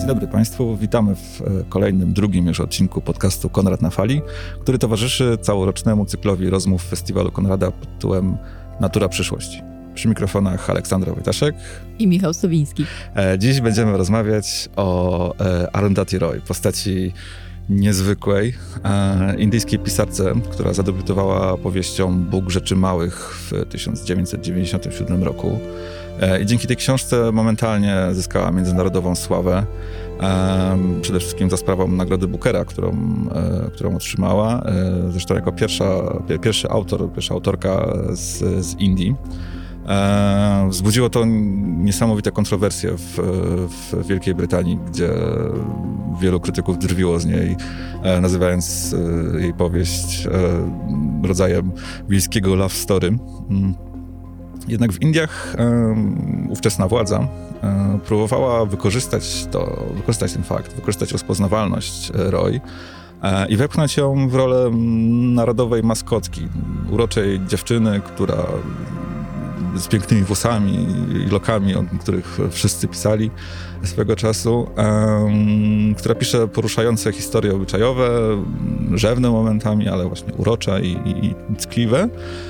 Dzień dobry Państwu, witamy w kolejnym, drugim już odcinku podcastu Konrad na Fali, który towarzyszy całorocznemu cyklowi rozmów Festiwalu Konrada pod tytułem Natura Przyszłości. Przy mikrofonach Aleksandra Wojtaszek i Michał Sowiński. Dziś będziemy rozmawiać o Arundhati Roy, postaci niezwykłej, indyjskiej pisarce, która zadebiutowała powieścią Bóg Rzeczy Małych w 1997 roku. I dzięki tej książce momentalnie zyskała międzynarodową sławę. Przede wszystkim za sprawą Nagrody Bookera, którą otrzymała. Zresztą jako pierwsza autorka z Indii. Wzbudziło to niesamowite kontrowersje w Wielkiej Brytanii, gdzie wielu krytyków drwiło z niej, nazywając jej powieść rodzajem wiejskiego love story. Jednak w Indiach ówczesna władza próbowała wykorzystać ten fakt, wykorzystać rozpoznawalność Roy i wepchnąć ją w rolę narodowej maskotki, uroczej dziewczyny, która z pięknymi włosami i lokami, o których wszyscy pisali swego czasu, która pisze poruszające historie obyczajowe, rzewne momentami, ale właśnie urocze i tkliwe.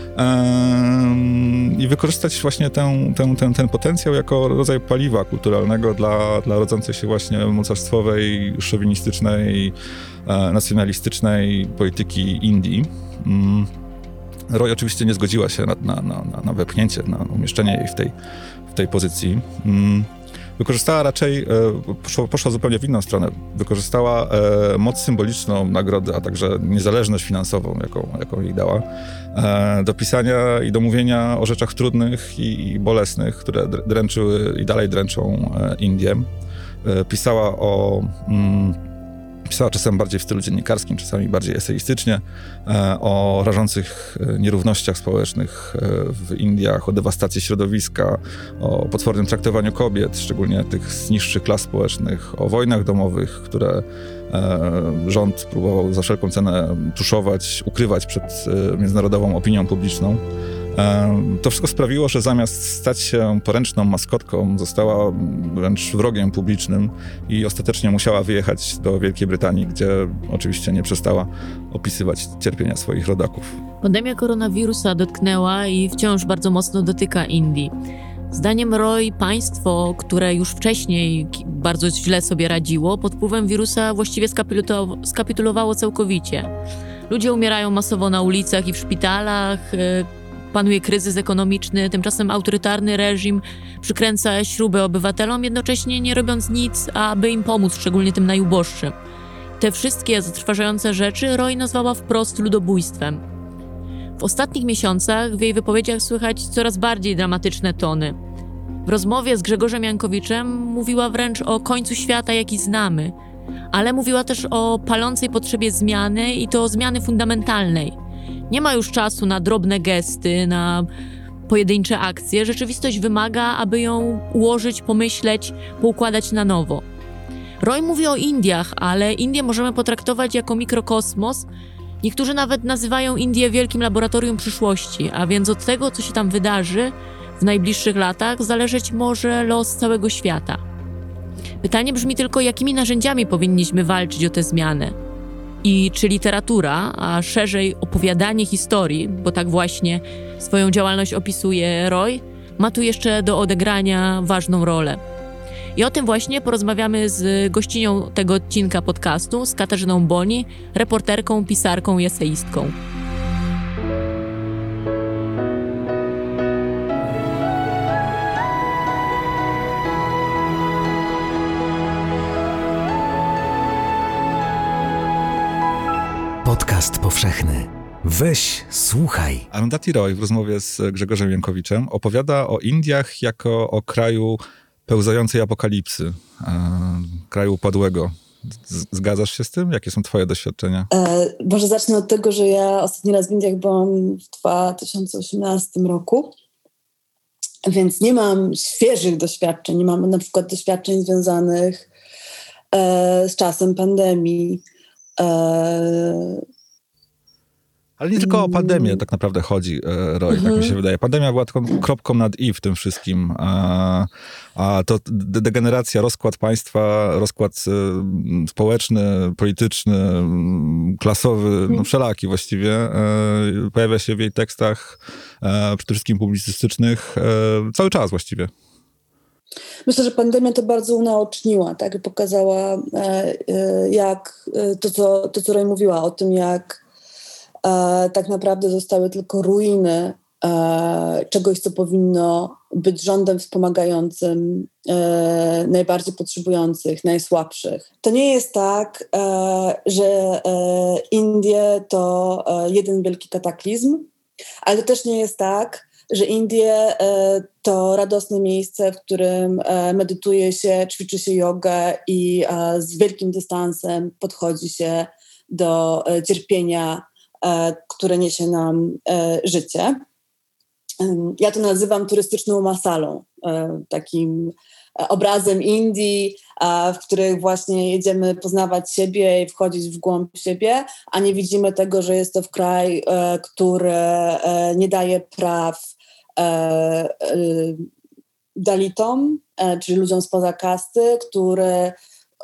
I wykorzystać właśnie ten potencjał jako rodzaj paliwa kulturalnego dla rodzącej się właśnie mocarstwowej, szowinistycznej, nacjonalistycznej polityki Indii. Roy oczywiście nie zgodziła się na wepchnięcie, na umieszczenie jej w tej pozycji. Wykorzystała raczej, poszła zupełnie w inną stronę. Wykorzystała moc symboliczną nagrody, a także niezależność finansową, jaką jej dała, do pisania i do mówienia o rzeczach trudnych i bolesnych, które dręczyły i dalej dręczą Indię. Pisała czasem bardziej w stylu dziennikarskim, czasami bardziej eseistycznie, o rażących nierównościach społecznych w Indiach, o dewastacji środowiska, o potwornym traktowaniu kobiet, szczególnie tych z niższych klas społecznych, o wojnach domowych, które rząd próbował za wszelką cenę tuszować, ukrywać przed międzynarodową opinią publiczną. To wszystko sprawiło, że zamiast stać się poręczną maskotką, została wręcz wrogiem publicznym i ostatecznie musiała wyjechać do Wielkiej Brytanii, gdzie oczywiście nie przestała opisywać cierpienia swoich rodaków. Pandemia koronawirusa dotknęła i wciąż bardzo mocno dotyka Indii. Zdaniem Roy państwo, które już wcześniej bardzo źle sobie radziło, pod wpływem wirusa właściwie skapitulowało całkowicie. Ludzie umierają masowo na ulicach i w szpitalach, panuje kryzys ekonomiczny, tymczasem autorytarny reżim przykręca śrubę obywatelom, jednocześnie nie robiąc nic, aby im pomóc, szczególnie tym najuboższym. Te wszystkie zatrważające rzeczy Roy nazwała wprost ludobójstwem. W ostatnich miesiącach w jej wypowiedziach słychać coraz bardziej dramatyczne tony. W rozmowie z Grzegorzem Jankowiczem mówiła wręcz o końcu świata, jaki znamy, ale mówiła też o palącej potrzebie zmiany i to zmiany fundamentalnej. Nie ma już czasu na drobne gesty, na pojedyncze akcje. Rzeczywistość wymaga, aby ją ułożyć, pomyśleć, poukładać na nowo. Roy mówi o Indiach, ale Indie możemy potraktować jako mikrokosmos. Niektórzy nawet nazywają Indię wielkim laboratorium przyszłości, a więc od tego, co się tam wydarzy w najbliższych latach, zależeć może los całego świata. Pytanie brzmi tylko, jakimi narzędziami powinniśmy walczyć o tę zmianę? I czy literatura, a szerzej opowiadanie historii, bo tak właśnie swoją działalność opisuje Roy, ma tu jeszcze do odegrania ważną rolę. I o tym właśnie porozmawiamy z gościnią tego odcinka podcastu, z Katarzyną Boni, reporterką, pisarką i eseistką. Podcast powszechny. Weź, słuchaj. Arundhati Roy w rozmowie z Grzegorzem Jankowiczem opowiada o Indiach jako o kraju pełzającej apokalipsy, kraju upadłego. Zgadzasz się z tym? Jakie są twoje doświadczenia? Może zacznę od tego, że ja ostatni raz w Indiach byłam w 2018 roku, więc nie mam świeżych doświadczeń. Nie mam na przykład doświadczeń związanych z czasem pandemii. Ale nie tylko o pandemię tak naprawdę chodzi, Roy, tak mi się wydaje. Pandemia była taką kropką nad i w tym wszystkim. A to degeneracja, rozkład państwa, rozkład społeczny, polityczny, klasowy, no wszelaki właściwie, pojawia się w jej tekstach, przede wszystkim publicystycznych, cały czas właściwie. Myślę, że pandemia to bardzo unaoczniła, tak? Pokazała, jak to, co Roy mówiła o tym, jak tak naprawdę zostały tylko ruiny czegoś, co powinno być rządem wspomagającym najbardziej potrzebujących, najsłabszych. To nie jest tak, że Indie to jeden wielki kataklizm, ale to też nie jest tak, że Indie to radosne miejsce, w którym medytuje się, ćwiczy się jogę i z wielkim dystansem podchodzi się do cierpienia, które niesie nam życie. Ja to nazywam turystyczną masalą, takim obrazem Indii, w których właśnie jedziemy poznawać siebie i wchodzić w głąb siebie, a nie widzimy tego, że jest to kraj, który nie daje praw Dalitom, czyli ludziom spoza kasty, który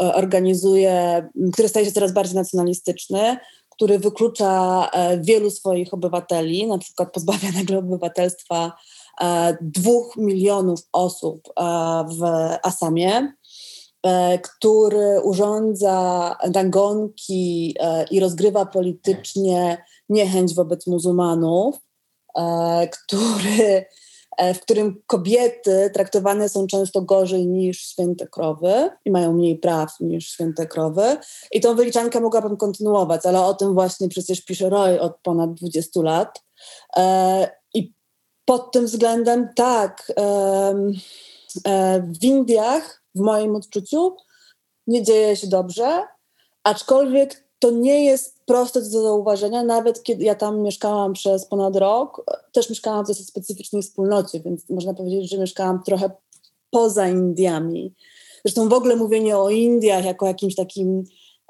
staje się coraz bardziej nacjonalistyczny, który wyklucza wielu swoich obywateli, na przykład pozbawia nagle obywatelstwa 2 milionów osób w Asamie, który urządza nagonki i rozgrywa politycznie niechęć wobec muzułmanów, w którym kobiety traktowane są często gorzej niż święte krowy i mają mniej praw niż święte krowy. I tą wyliczankę mogłabym kontynuować, ale o tym właśnie przecież pisze Roy od ponad 20 lat. I pod tym względem tak, w Indiach, w moim odczuciu, nie dzieje się dobrze, aczkolwiek to nie jest proste do zauważenia, nawet kiedy ja tam mieszkałam przez ponad rok, też mieszkałam w dosyć specyficznej wspólnocie, więc można powiedzieć, że mieszkałam trochę poza Indiami. Zresztą w ogóle mówienie o Indiach jako jakimś takim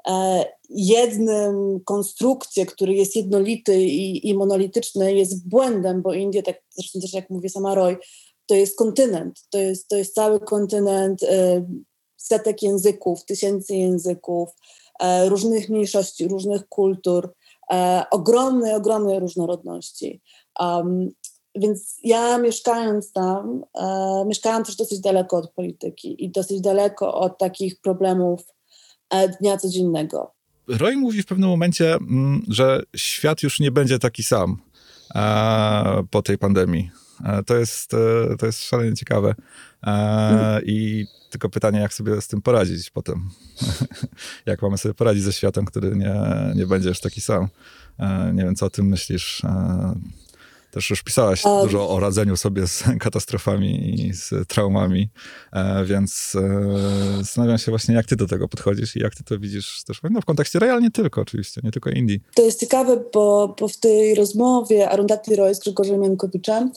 jednym konstrukcie, który jest jednolity i monolityczny, jest błędem, bo Indie, tak zresztą też jak mówi sama Roy, to jest kontynent, to jest cały kontynent setek języków, tysięcy języków, różnych mniejszości, różnych kultur, ogromnej różnorodności. Więc ja mieszkając tam, mieszkałam też dosyć daleko od polityki i dosyć daleko od takich problemów dnia codziennego. Roy mówi w pewnym momencie, że świat już nie będzie taki sam po tej pandemii. To jest szalenie ciekawe. I tylko pytanie, jak sobie z tym poradzić potem. Jak mamy sobie poradzić ze światem, który nie będzie już taki sam. Nie wiem, co o tym myślisz. Też już pisałaś dużo o radzeniu sobie z katastrofami i z traumami, więc zastanawiam się właśnie, jak ty do tego podchodzisz i jak ty to widzisz też w kontekście Roya, ale nie tylko oczywiście, nie tylko Indii. To jest ciekawe, bo w tej rozmowie Arundhati Roy z Grzegorzem Jankowiczem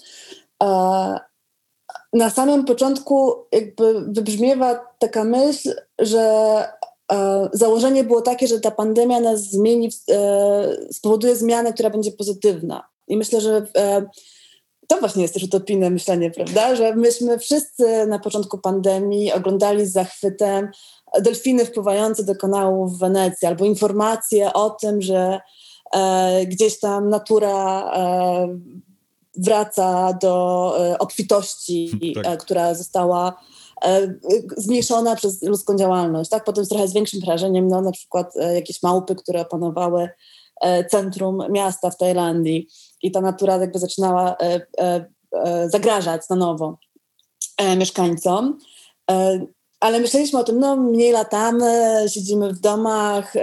na samym początku jakby wybrzmiewa taka myśl, że założenie było takie, że ta pandemia nas zmieni, spowoduje zmianę, która będzie pozytywna. I myślę, że to właśnie jest też utopijne myślenie, prawda? Że myśmy wszyscy na początku pandemii oglądali z zachwytem delfiny wpływające do kanału w Wenecji, albo informacje o tym, że gdzieś tam natura wraca do obfitości, tak, która została zmniejszona przez ludzką działalność. Tak? Potem z trochę z większym wrażeniem, na przykład jakieś małpy, które opanowały centrum miasta w Tajlandii i ta natura jakby zaczynała zagrażać na nowo mieszkańcom. Ale myśleliśmy o tym, mniej latamy, siedzimy w domach,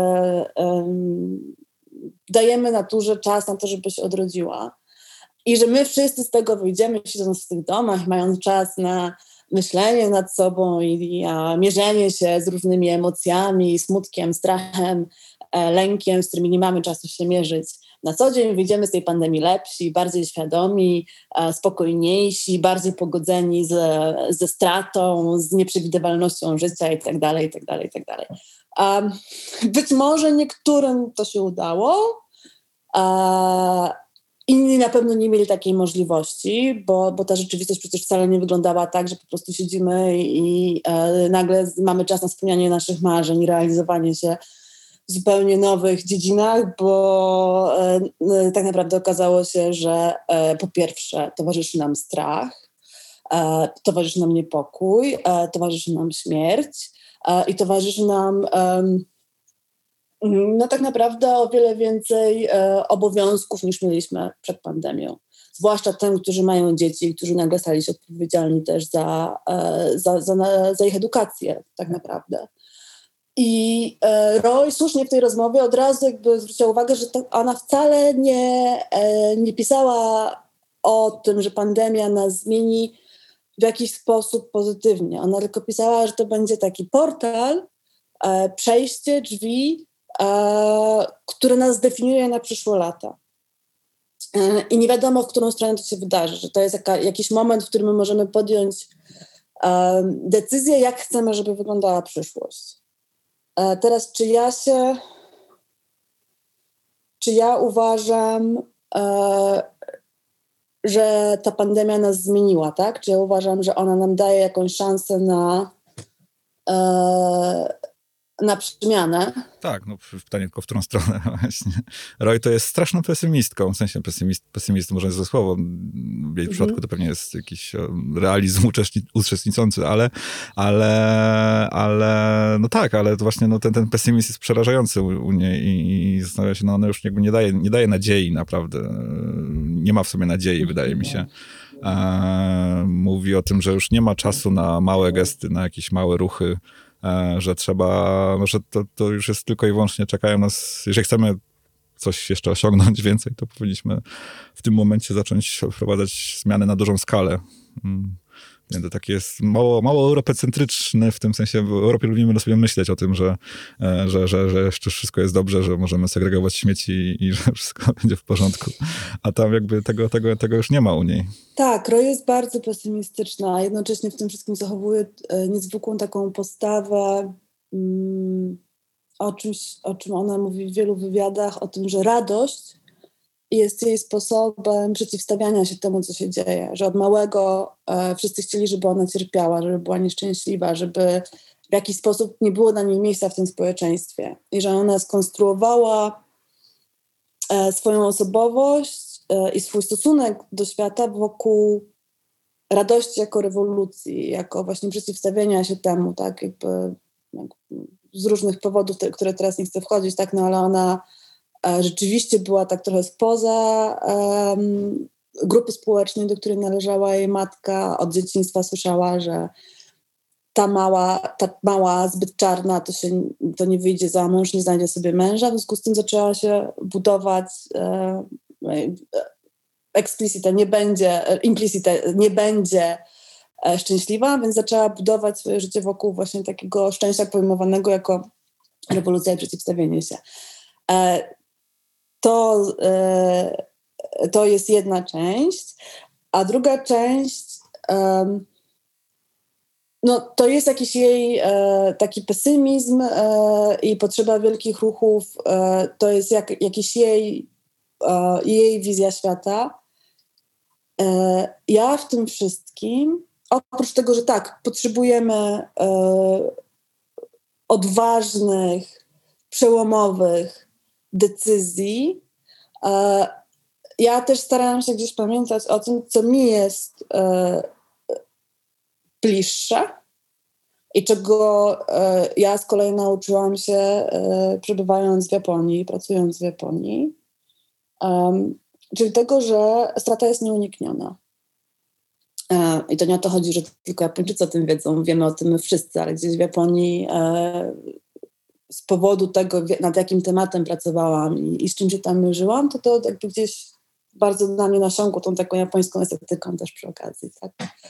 dajemy naturze czas na to, żeby się odrodziła. I że my wszyscy z tego wyjdziemy, siedząc w tych domach, mając czas na myślenie nad sobą i mierzenie się z różnymi emocjami, smutkiem, strachem, lękiem, z którymi nie mamy czasu się mierzyć. Na co dzień wyjdziemy z tej pandemii lepsi, bardziej świadomi, spokojniejsi, bardziej pogodzeni ze stratą, z nieprzewidywalnością życia itd. Być może niektórym to się udało, Inni na pewno nie mieli takiej możliwości, bo ta rzeczywistość przecież wcale nie wyglądała tak, że po prostu siedzimy i nagle mamy czas na spełnianie naszych marzeń i realizowanie się w zupełnie nowych dziedzinach, bo tak naprawdę okazało się, że po pierwsze towarzyszy nam strach, towarzyszy nam niepokój, towarzyszy nam śmierć i towarzyszy nam no tak naprawdę o wiele więcej obowiązków niż mieliśmy przed pandemią. Zwłaszcza tym, którzy mają dzieci, którzy nagle stali się odpowiedzialni też za ich edukację tak naprawdę. I Roy słusznie w tej rozmowie od razu jakby zwróciła uwagę, że ona wcale nie pisała o tym, że pandemia nas zmieni w jakiś sposób pozytywnie. Ona tylko pisała, że to będzie taki portal, przejście, drzwi, które nas zdefiniuje na przyszłe lata. I nie wiadomo, w którą stronę to się wydarzy, że to jest jakiś moment, w którym my możemy podjąć decyzję, jak chcemy, żeby wyglądała przyszłość. Teraz, czy ja uważam, że ta pandemia nas zmieniła, tak? Czy ja uważam, że ona nam daje jakąś szansę na przemianę? Tak, no pytanie tylko w którą stronę właśnie. Roy to jest straszną pesymistką, w sensie pesymist może jest złe słowo, w jej przypadku to pewnie jest jakiś realizm uczestniczący, ale no tak, ale to właśnie no, ten pesymizm jest przerażający u niej i zastanawia się, no ona już jakby nie daje nadziei naprawdę, nie ma w sobie nadziei, wydaje mi się. Mówi o tym, że już nie ma czasu na małe gesty, na jakieś małe ruchy, że trzeba, no, że to już jest tylko i wyłącznie czekają nas, jeżeli chcemy coś jeszcze osiągnąć więcej, to powinniśmy w tym momencie zacząć wprowadzać zmiany na dużą skalę. To takie jest mało europecentryczne, w tym sensie w Europie lubimy sobie myśleć o tym, że jeszcze wszystko jest dobrze, że możemy segregować śmieci i że wszystko będzie w porządku. A tam jakby tego już nie ma u niej. Tak, Roy jest bardzo pesymistyczna, a jednocześnie w tym wszystkim zachowuje niezwykłą taką postawę, o czym ona mówi w wielu wywiadach, o tym, że radość jest jej sposobem przeciwstawiania się temu, co się dzieje. Że od małego wszyscy chcieli, żeby ona cierpiała, żeby była nieszczęśliwa, żeby w jakiś sposób nie było dla niej miejsca w tym społeczeństwie. I że ona skonstruowała swoją osobowość i swój stosunek do świata wokół radości jako rewolucji, jako właśnie przeciwstawienia się temu, tak, jakby z różnych powodów, które teraz nie chcę wchodzić, tak, no ale ona rzeczywiście była tak trochę spoza grupy społecznej, do której należała jej matka. Od dzieciństwa słyszała, że ta mała zbyt czarna, to nie wyjdzie za mąż, nie znajdzie sobie męża. W związku z tym zaczęła się budować implicite nie będzie szczęśliwa, więc zaczęła budować swoje życie wokół właśnie takiego szczęścia pojmowanego jako rewolucja i przeciwstawienie się. To jest jedna część, a druga część no, to jest jakiś jej taki pesymizm i potrzeba wielkich ruchów, to jest jakiś jej wizja świata. Ja w tym wszystkim, oprócz tego, że tak, potrzebujemy odważnych, przełomowych decyzji, ja też starałam się gdzieś pamiętać o tym, co mi jest bliższe i czego ja z kolei nauczyłam się przebywając w Japonii, pracując w Japonii. Czyli tego, że strata jest nieunikniona. I to nie o to chodzi, że tylko Japończycy o tym wiedzą, wiemy o tym my wszyscy, ale gdzieś w Japonii z powodu tego, nad jakim tematem pracowałam i z czym się tam mierzyłam, to jakby gdzieś bardzo na mnie nasiąkło tą taką japońską estetyką też przy okazji. Tak?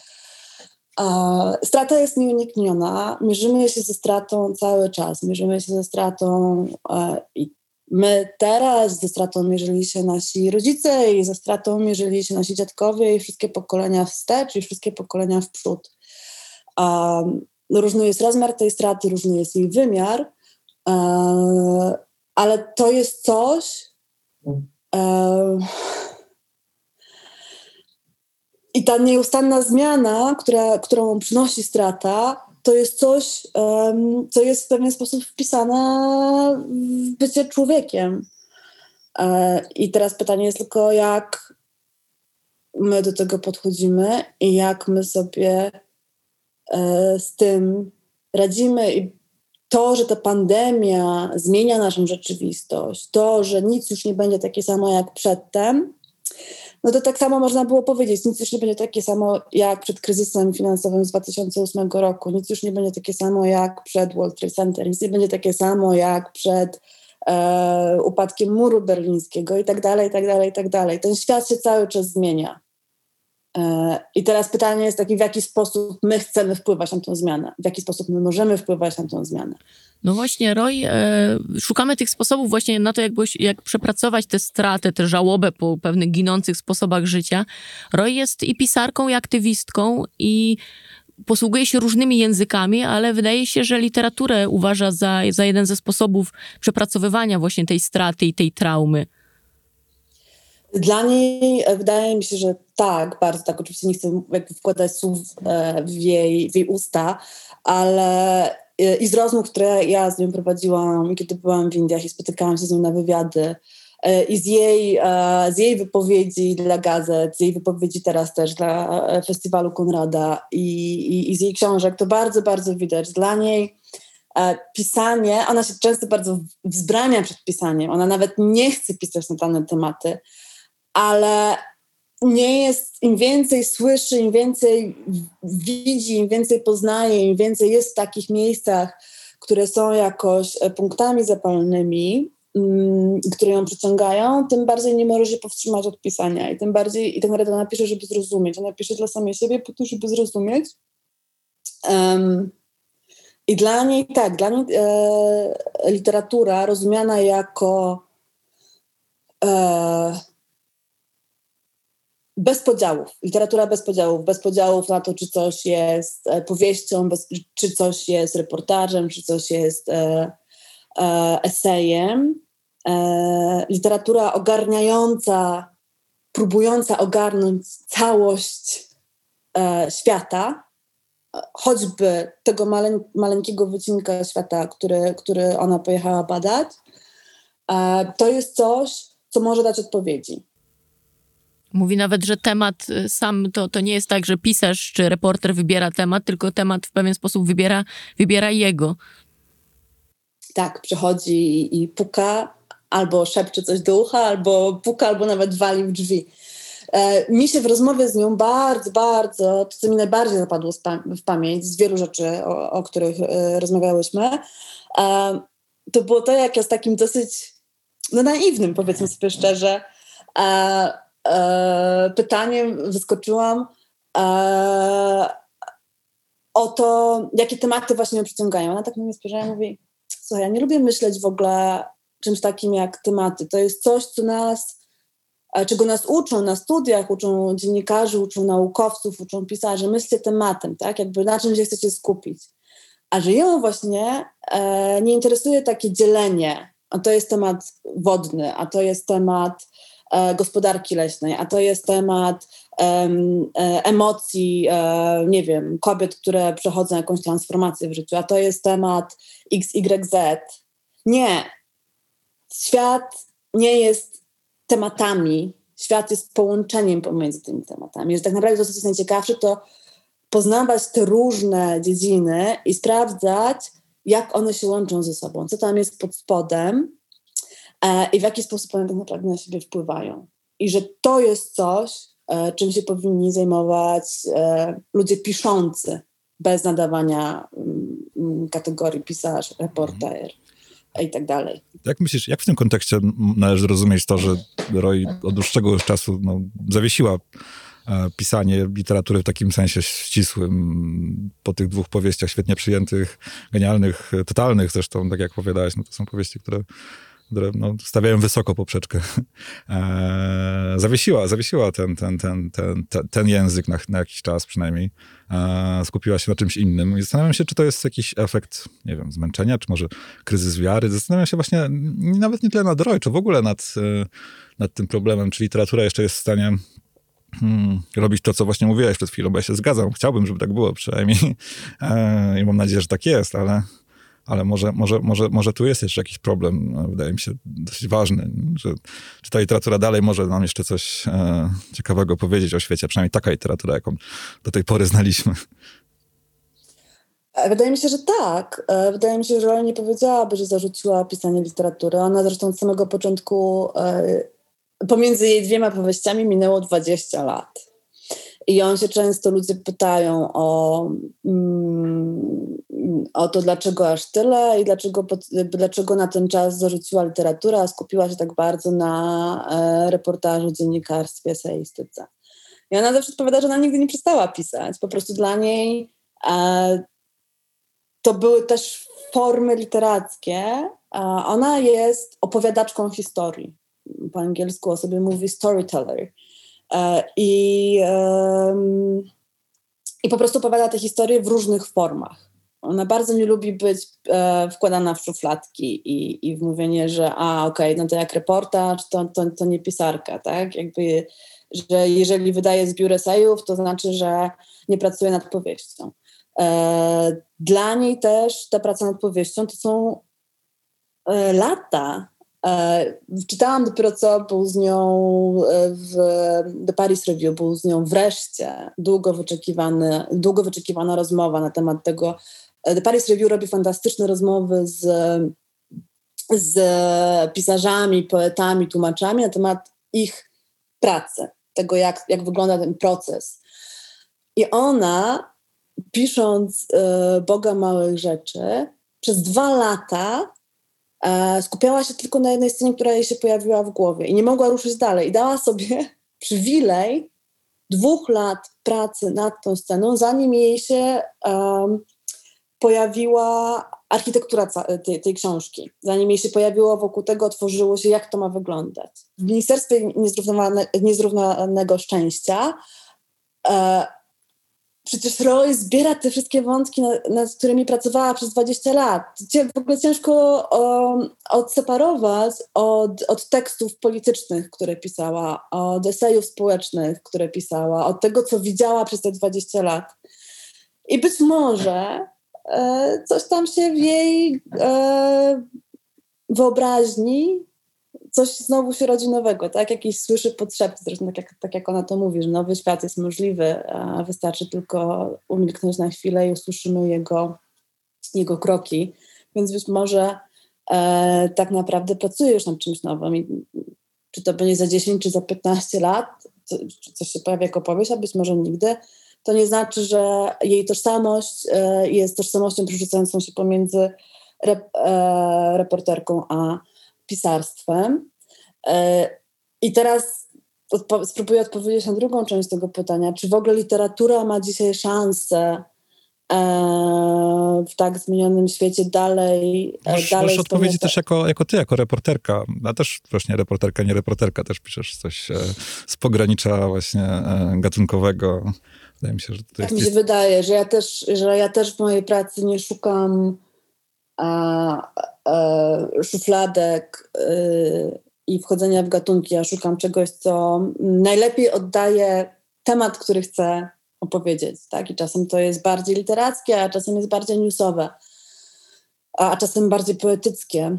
Strata jest nieunikniona, mierzymy się ze stratą cały czas, mierzymy się ze stratą i my teraz ze stratą mierzyli się nasi rodzice i ze stratą mierzyli się nasi dziadkowie i wszystkie pokolenia wstecz i wszystkie pokolenia w przód. Różny jest rozmiar tej straty, różny jest jej wymiar, ale to jest coś, I ta nieustanna zmiana, którą przynosi strata, to jest coś, co jest w pewien sposób wpisane w bycie człowiekiem. I teraz pytanie jest tylko, jak my do tego podchodzimy i jak my sobie z tym radzimy. I to, że ta pandemia zmienia naszą rzeczywistość, to, że nic już nie będzie takie samo jak przedtem, no to tak samo można było powiedzieć, nic już nie będzie takie samo jak przed kryzysem finansowym z 2008 roku, nic już nie będzie takie samo jak przed World Trade Center, nic nie będzie takie samo jak przed upadkiem muru berlińskiego i tak dalej, i tak dalej, i tak dalej. Ten świat się cały czas zmienia. I teraz pytanie jest takie, w jaki sposób my chcemy wpływać na tę zmianę, w jaki sposób my możemy wpływać na tę zmianę. No właśnie, Roy, szukamy tych sposobów właśnie na to, jak przepracować tę stratę, tę żałobę po pewnych ginących sposobach życia. Roy jest i pisarką, i aktywistką, i posługuje się różnymi językami, ale wydaje się, że literaturę uważa za jeden ze sposobów przepracowywania właśnie tej straty i tej traumy. Dla niej wydaje mi się, że tak, bardzo tak. Oczywiście nie chcę wkładać słów w jej usta, ale i z rozmów, które ja z nią prowadziłam, kiedy byłam w Indiach i spotykałam się z nią na wywiady, i z jej wypowiedzi dla gazet, z jej wypowiedzi teraz też dla Festiwalu Konrada i z jej książek, to bardzo, bardzo widać. Dla niej pisanie, ona się często bardzo wzbrania przed pisaniem, ona nawet nie chce pisać na dane tematy, ale nie jest, im więcej słyszy, im więcej widzi, im więcej poznaje, im więcej jest w takich miejscach, które są jakoś punktami zapalnymi, które ją przyciągają, tym bardziej nie może się powstrzymać od pisania i tym bardziej, i tak naprawdę ona pisze, żeby zrozumieć. Ona pisze dla samej siebie po to, żeby zrozumieć. I dla niej tak, literatura rozumiana jako bez podziałów. Literatura bez podziałów na to, czy coś jest powieścią, czy coś jest reportażem, czy coś jest esejem. Literatura ogarniająca, próbująca ogarnąć całość świata, choćby tego maleńkiego wycinka świata, który ona pojechała badać, to jest coś, co może dać odpowiedzi. Mówi nawet, że temat sam to nie jest tak, że pisarz czy reporter wybiera temat, tylko temat w pewien sposób wybiera jego. Tak, przychodzi i puka, albo szepcze coś do ucha, albo puka, albo nawet wali w drzwi. Mi się w rozmowie z nią bardzo, to co mi najbardziej zapadło w pamięć z wielu rzeczy, o których rozmawiałyśmy, to było to, jak ja z takim dosyć naiwnym, powiedzmy sobie szczerze, pytaniem wyskoczyłam o to, jakie tematy właśnie ją przyciągają. Ona tak na mnie spojrzała i mówi: słuchaj, ja nie lubię myśleć w ogóle czymś takim jak tematy. To jest coś, czego nas uczą na studiach, uczą dziennikarzy, uczą naukowców, uczą pisarzy. Myślcie tematem, tak? Jakby na czym się chcecie skupić. A że ją właśnie nie interesuje takie dzielenie. A to jest temat wodny, a to jest temat gospodarki leśnej, a to jest temat emocji, nie wiem, kobiet, które przechodzą jakąś transformację w życiu, a to jest temat XYZ. Nie. Świat nie jest tematami. Świat jest połączeniem pomiędzy tymi tematami. Że tak naprawdę to, co jest najciekawsze, to poznawać te różne dziedziny i sprawdzać, jak one się łączą ze sobą, co tam jest pod spodem i w jaki sposób one tak naprawdę na siebie wpływają. I że to jest coś, czym się powinni zajmować ludzie piszący, bez nadawania kategorii pisarz, reporter i tak dalej. Jak myślisz, jak w tym kontekście należy rozumieć to, że Roy od dłuższego już czasu zawiesiła pisanie literatury w takim sensie ścisłym po tych dwóch powieściach świetnie przyjętych, genialnych, totalnych zresztą, tak jak opowiadałaś, no to są powieści, które które stawiają wysoko poprzeczkę, zawiesiła ten język na jakiś czas przynajmniej. Skupiła się na czymś innym. I zastanawiam się, czy to jest jakiś efekt, nie wiem, zmęczenia, czy może kryzys wiary. Zastanawiam się właśnie nawet nie tyle nad Roy, czy w ogóle nad tym problemem, czy literatura jeszcze jest w stanie robić to, co właśnie mówiłeś przed chwilą, bo ja się zgadzam. Chciałbym, żeby tak było przynajmniej. I mam nadzieję, że tak jest, ale może tu jest jeszcze jakiś problem, wydaje mi się dość ważny, że ta literatura dalej może nam jeszcze coś ciekawego powiedzieć o świecie, przynajmniej taka literatura, jaką do tej pory znaliśmy. Wydaje mi się, że tak. Wydaje mi się, że Roy nie powiedziałaby, że zarzuciła pisanie literatury. Ona zresztą od samego początku, pomiędzy jej 2 powieściami minęło 20 lat. I on się często ludzie pytają o to, dlaczego aż tyle i dlaczego na ten czas zarzuciła literaturę, a skupiła się tak bardzo na reportażu, dziennikarstwie, eseistyce. I ona zawsze odpowiada, że ona nigdy nie przestała pisać. Po prostu dla niej to były też formy literackie. Ona jest opowiadaczką historii. Po angielsku o sobie mówi storyteller. I po prostu opowiada te historie w różnych formach. Ona bardzo nie lubi być wkładana w szufladki i w mówienie, że no to jak reportaż, to nie pisarka, tak? Jakby, że jeżeli wydaje zbiór esejów, to znaczy, że nie pracuje nad powieścią. Dla niej też ta praca nad powieścią to są lata. Czytałam dopiero co, był z nią w The Paris Review, był z nią wreszcie długo wyczekiwana rozmowa na temat tego. The Paris Review robi fantastyczne rozmowy z pisarzami, poetami, tłumaczami na temat ich pracy, tego jak wygląda ten proces. I ona, pisząc Boga małych rzeczy, przez 2 lata skupiała się tylko na jednej scenie, która jej się pojawiła w głowie i nie mogła ruszyć dalej. I dała sobie przywilej 2 lat pracy nad tą sceną, zanim jej się pojawiła architektura tej książki. Zanim jej się pojawiło wokół tego, otworzyło się, jak to ma wyglądać. W Ministerstwie Niezrównanego Szczęścia przecież Roy zbiera te wszystkie wątki, nad którymi pracowała przez 20 lat. W ogóle ciężko odseparować od tekstów politycznych, które pisała, od esejów społecznych, które pisała, od tego, co widziała przez te 20 lat. I być może coś tam się w jej wyobraźni, coś znowu się rodzi nowego, tak? Jakiś słyszy potrzeby, zresztą tak jak ona to mówi, że nowy świat jest możliwy, a wystarczy tylko umilknąć na chwilę i usłyszymy jego kroki. Więc być może tak naprawdę pracuje już nad czymś nowym. I czy to będzie za 10 czy za 15 lat, coś się pojawi jako powieść, a być może nigdy, to nie znaczy, że jej tożsamość jest tożsamością przerzucającą się pomiędzy reporterką a pisarstwem. I teraz spróbuję odpowiedzieć na drugą część tego pytania. Czy w ogóle literatura ma dzisiaj szansę w tak zmienionym świecie dalej Możesz odpowiedzieć też jako ty, jako reporterka. A też właśnie reporterka, nie reporterka, też piszesz coś z pogranicza właśnie gatunkowego. Wydaje mi się, że to mi się wydaje, że ja też w mojej pracy nie szukam szufladek i wchodzenia w gatunki. Ja szukam czegoś, co najlepiej oddaje temat, który chcę opowiedzieć. Tak? I czasem to jest bardziej literackie, a czasem jest bardziej newsowe, a czasem bardziej poetyckie.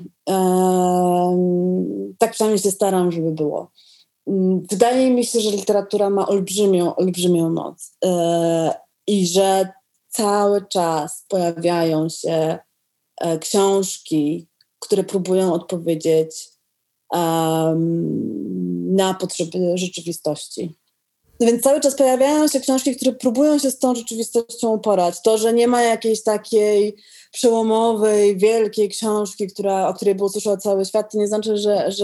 Tak przynajmniej się staram, żeby było. Wydaje mi się, że literatura ma olbrzymią moc i że cały czas pojawiają się książki, które próbują odpowiedzieć na potrzeby rzeczywistości. Więc cały czas pojawiają się książki, które próbują się z tą rzeczywistością uporać. To, że nie ma jakiejś takiej przełomowej, wielkiej książki, o której był usłyszał cały świat, to nie znaczy,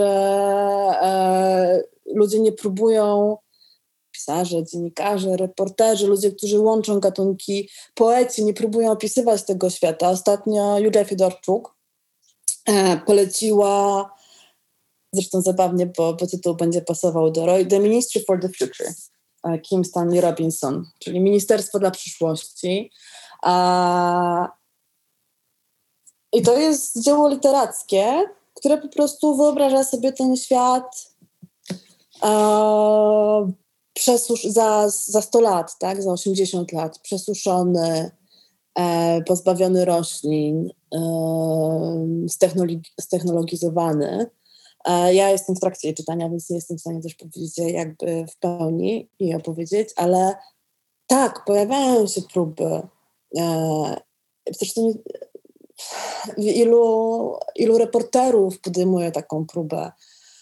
że ludzie nie próbują, pisarze, dziennikarze, reporterzy, ludzie, którzy łączą gatunki, poeci nie próbują opisywać tego świata. Ostatnio Julia Fiedorczuk poleciła zresztą zabawnie, bo tytuł będzie pasował do Roy, The Ministry for the Future, Kim Stanley Robinson, czyli Ministerstwo dla przyszłości. I to jest dzieło literackie, które po prostu wyobraża sobie ten świat za 100 lat, tak? Za 80 lat, przesuszony, pozbawiony roślin, ztechnologizowany. Ja jestem w trakcie czytania, więc nie jestem w stanie też powiedzieć jakby w pełni i opowiedzieć, ale tak, pojawiają się próby. Zresztą ilu reporterów podejmuje taką próbę.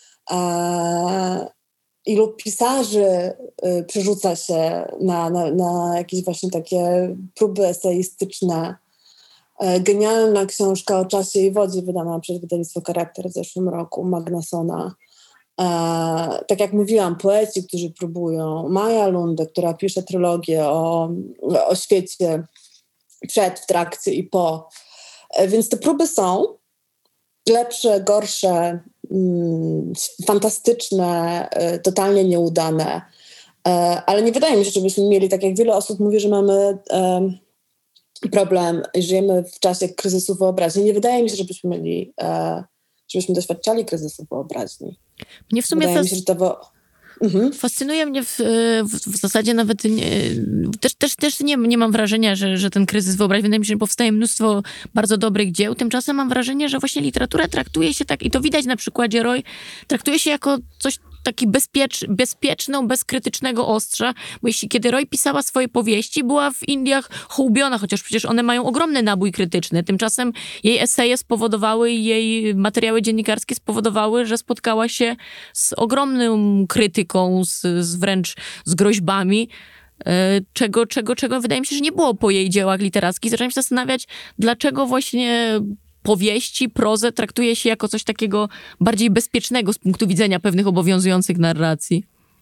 Ilu pisarzy przerzuca się na jakieś właśnie takie próby eseistyczne. Genialna książka o czasie i wodzie wydana przez wydawnictwo Charakter w zeszłym roku, Magnasona. Tak jak mówiłam, poeci, którzy próbują. Maja Lunde, która pisze trylogię o świecie przed, w trakcie i po. Więc te próby są lepsze, gorsze, fantastyczne, totalnie nieudane. Ale nie wydaje mi się, żebyśmy mieli, tak jak wiele osób mówi, że mamy problem i żyjemy w czasie kryzysu wyobraźni. Nie wydaje mi się, żebyśmy doświadczali kryzysu wyobraźni. Mnie w sumie wydaje mi się, że to fascynuje mnie w zasadzie nawet też nie mam wrażenia, że ten kryzys wyobraźni, wydaje mi się, że powstaje mnóstwo bardzo dobrych dzieł. Tymczasem mam wrażenie, że właśnie literatura traktuje się tak, i to widać na przykładzie Roy, traktuje się jako coś taki bezpieczną, bez krytycznego ostrza, bo kiedy Roy pisała swoje powieści, była w Indiach hołubiona, chociaż przecież one mają ogromny nabój krytyczny. Tymczasem jej eseje spowodowały i jej materiały dziennikarskie spowodowały, że spotkała się z ogromną krytyką, wręcz z groźbami, czego wydaje mi się, że nie było po jej dziełach literackich. Zaczęłam się zastanawiać, dlaczego właśnie powieści, prozę traktuje się jako coś takiego bardziej bezpiecznego z punktu widzenia pewnych obowiązujących narracji.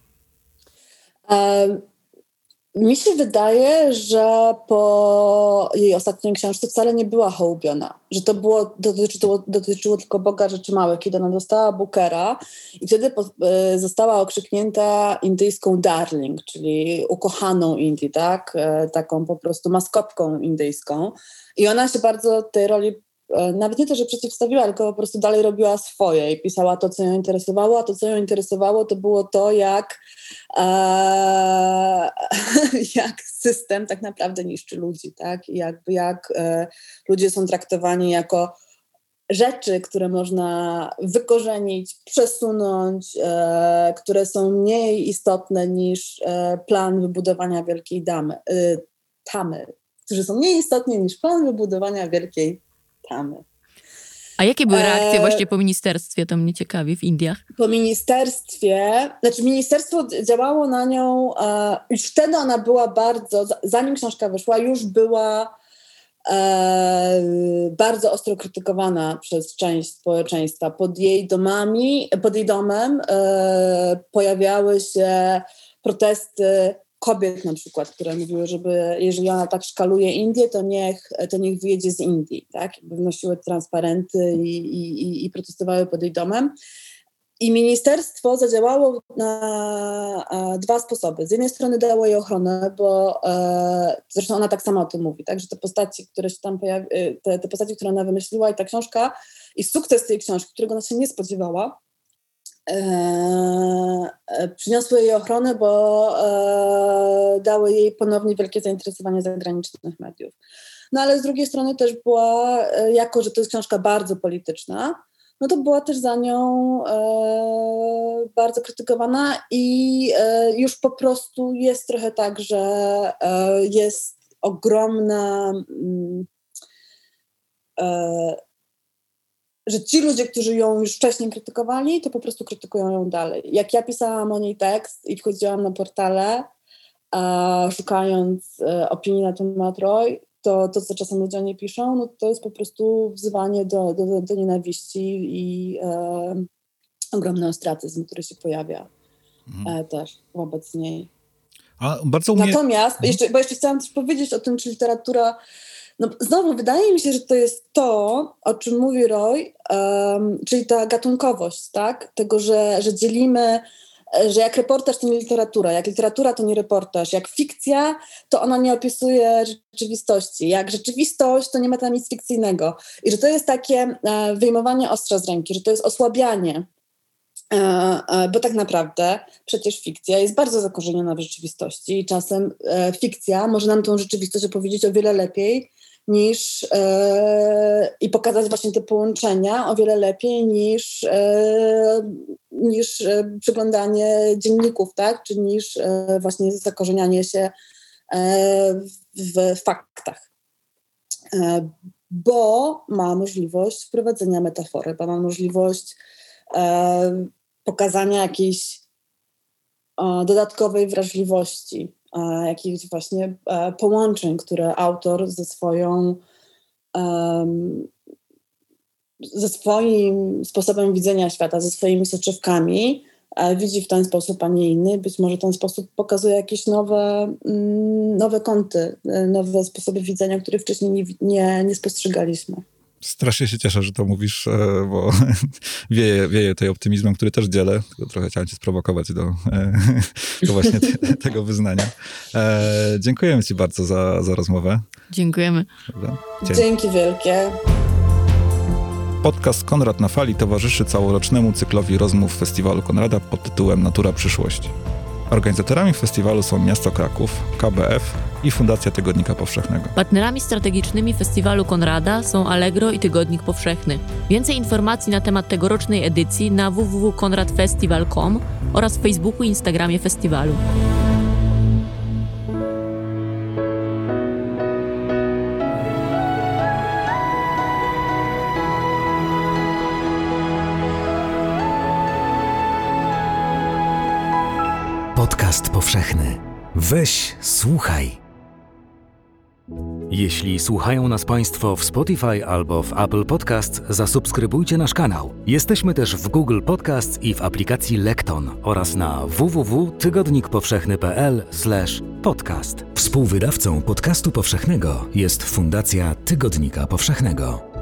Mi się wydaje, że po jej ostatniej książce wcale nie była hołubiona, że to dotyczyło tylko Boga rzeczy małych, kiedy ona dostała Bookera i wtedy została okrzyknięta indyjską darling, czyli ukochaną Indii, tak? Taką po prostu maskotką indyjską. I ona się bardzo tej roli nawet nie to, że przeciwstawiła, tylko po prostu dalej robiła swoje i pisała to, co ją interesowało, a to, co ją interesowało, to było to, jak system tak naprawdę niszczy ludzi, tak? I jak ludzie są traktowani jako rzeczy, które można wykorzenić, przesunąć, które są mniej istotne niż plan wybudowania wielkiej tamy, którzy są mniej istotni niż plan wybudowania wielkiej tamy. A jakie były reakcje właśnie po ministerstwie? To mnie ciekawi, w Indiach. Po ministerstwie, ministerstwo działało na nią, już wtedy ona była bardzo, zanim książka wyszła, już była bardzo ostro krytykowana przez część społeczeństwa. Pod jej domem pojawiały się protesty kobiet na przykład, które mówiły, żeby jeżeli ona tak szkaluje Indię, to niech wyjedzie z Indii, tak? Jakby wnosiły transparenty i protestowały pod jej domem. I ministerstwo zadziałało na dwa sposoby. Z jednej strony dało jej ochronę, bo zresztą ona tak sama o tym mówi, tak? Że te postaci, które się tam te postaci, które ona wymyśliła i ta książka i sukces tej książki, którego ona się nie spodziewała, przyniosły jej ochronę, bo dały jej ponownie wielkie zainteresowanie zagranicznych mediów. No ale z drugiej strony też była, jako że to jest książka bardzo polityczna, no to była też za nią bardzo krytykowana i już po prostu jest trochę tak, że jest ogromna że ci ludzie, którzy ją już wcześniej krytykowali, to po prostu krytykują ją dalej. Jak ja pisałam o niej tekst i wchodziłam na portale, szukając opinii na temat Roy, to co czasem ludzie o niej piszą, no to jest po prostu wzywanie do nienawiści i ogromny ostracyzm, który się pojawia też wobec niej. A bardzo Natomiast, jeszcze chciałam też powiedzieć o tym, czy literatura... No znowu, wydaje mi się, że to jest to, o czym mówi Roy, czyli ta gatunkowość, tak? Tego, że dzielimy, że jak reportaż to nie literatura, jak literatura to nie reportaż, jak fikcja to ona nie opisuje rzeczywistości, jak rzeczywistość to nie ma tam nic fikcyjnego. I że to jest takie wyjmowanie ostrza z ręki, że to jest osłabianie, bo tak naprawdę przecież fikcja jest bardzo zakorzeniona w rzeczywistości i czasem fikcja może nam tą rzeczywistość opowiedzieć o wiele lepiej niż i pokazać właśnie te połączenia o wiele lepiej niż przeglądanie dzienników, tak? Czy niż właśnie zakorzenianie się w faktach. Bo ma możliwość wprowadzenia metafory, bo ma możliwość pokazania jakiejś dodatkowej wrażliwości, jakichś właśnie połączeń, które autor ze swoim sposobem widzenia świata, ze swoimi soczewkami widzi w ten sposób, a nie inny. Być może ten sposób pokazuje jakieś nowe kąty, nowe sposoby widzenia, których wcześniej nie spostrzegaliśmy. Strasznie się cieszę, że to mówisz, bo wieje tej optymizmem, który też dzielę. Tylko trochę chciałem cię sprowokować do właśnie tego wyznania. Dziękujemy ci bardzo za rozmowę. Dziękujemy. Dzięki wielkie. Podcast Konrad na Fali towarzyszy całorocznemu cyklowi rozmów Festiwalu Konrada pod tytułem Natura Przyszłości. Organizatorami festiwalu są Miasto Kraków, KBF i Fundacja Tygodnika Powszechnego. Partnerami strategicznymi Festiwalu Konrada są Allegro i Tygodnik Powszechny. Więcej informacji na temat tegorocznej edycji na www.konradfestival.com oraz w Facebooku i Instagramie festiwalu. Podcast powszechny. Weź, słuchaj. Jeśli słuchają nas Państwo w Spotify albo w Apple Podcasts, zasubskrybujcie nasz kanał. Jesteśmy też w Google Podcasts i w aplikacji Lekton oraz na www.tygodnikpowszechny.pl/podcast. Współwydawcą podcastu powszechnego jest Fundacja Tygodnika Powszechnego.